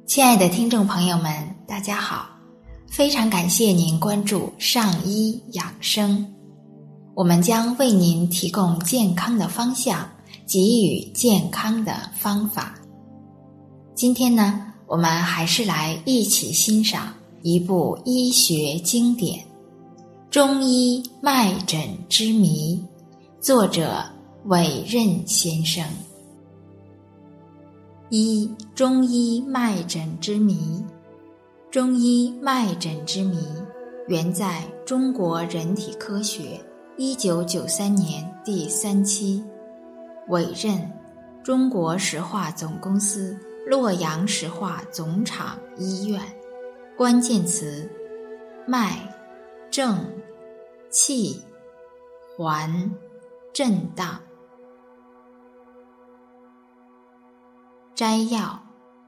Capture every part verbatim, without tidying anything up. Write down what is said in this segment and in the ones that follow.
亲爱的听众朋友们，大家好，非常感谢您关注上医养生，我们将为您提供健康的方向，给予健康的方法。今天呢，我们还是来一起欣赏一部医学经典《中医脉诊之谜》，作者韦任先生。一、中医脉诊之谜。中医脉诊之谜原在《中国人体科学》一九九三年第三期，委任中国石化总公司洛阳石化总厂医院。关键词：脉、正、气、环、震荡。摘要：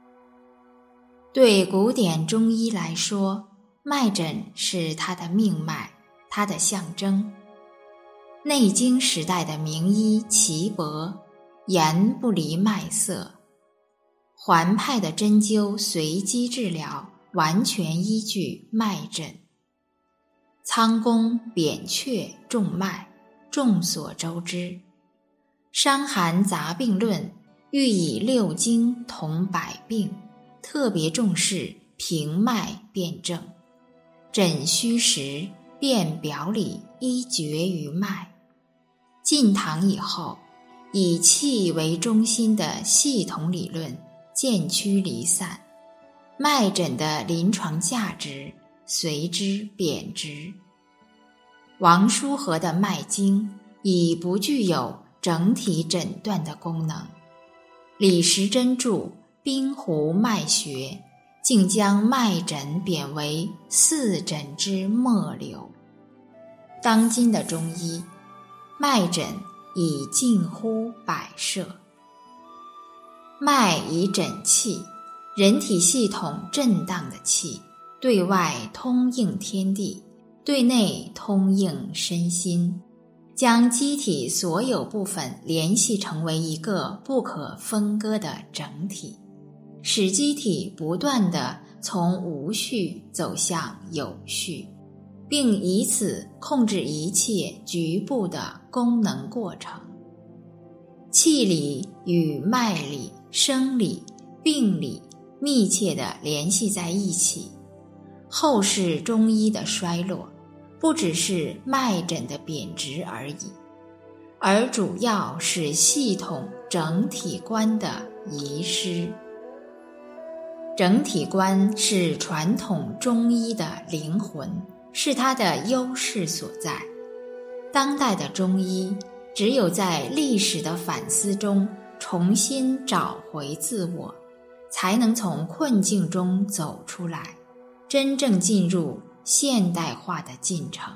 对古典中医来说，脉诊是它的命脉，它的象征。内经时代的名医岐伯，言不离脉色；环派的针灸随机治疗，完全依据脉诊。仓公、扁鹊重脉，众所周知。《伤寒杂病论》欲以六经同百病，特别重视平脉辨证，诊虚实，辨表里，医决于脉。晋唐以后，以气为中心的系统理论渐趋离散，脉诊的临床价值随之贬值。王叔和的《脉经》已不具有整体诊断的功能，李时珍著《冰湖脉学》竟将脉诊贬为四诊之末流。当今的中医，脉诊已近乎摆设。脉以诊气，人体系统震荡的气，对外通应天地，对内通应身心，将机体所有部分联系成为一个不可分割的整体，使机体不断地从无序走向有序，并以此控制一切局部的功能过程。气理与脉理、生理、病理密切地联系在一起。后世中医的衰落，不只是脉诊的贬值而已，而主要是系统整体观的遗失。整体观是传统中医的灵魂，是它的优势所在。当代的中医只有在历史的反思中重新找回自我，才能从困境中走出来，真正进入现代化的进程。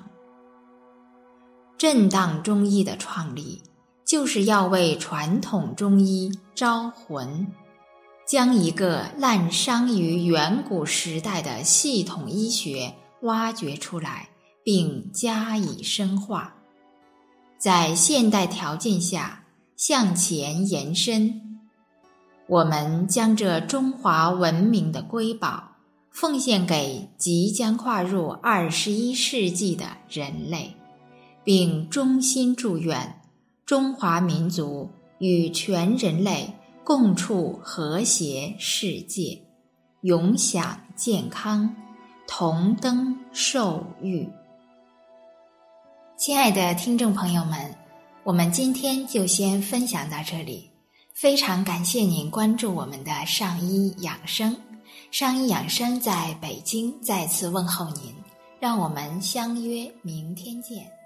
震荡中医的创立，就是要为传统中医招魂，将一个滥觞于远古时代的系统医学挖掘出来，并加以深化，在现代条件下向前延伸。我们将这中华文明的瑰宝奉献给即将跨入二十一世纪的人类，并衷心祝愿中华民族与全人类共处和谐世界，永享健康，同登寿育。亲爱的听众朋友们，我们今天就先分享到这里，非常感谢您关注我们的上医养生。上医养生在北京再次问候您，让我们相约明天见。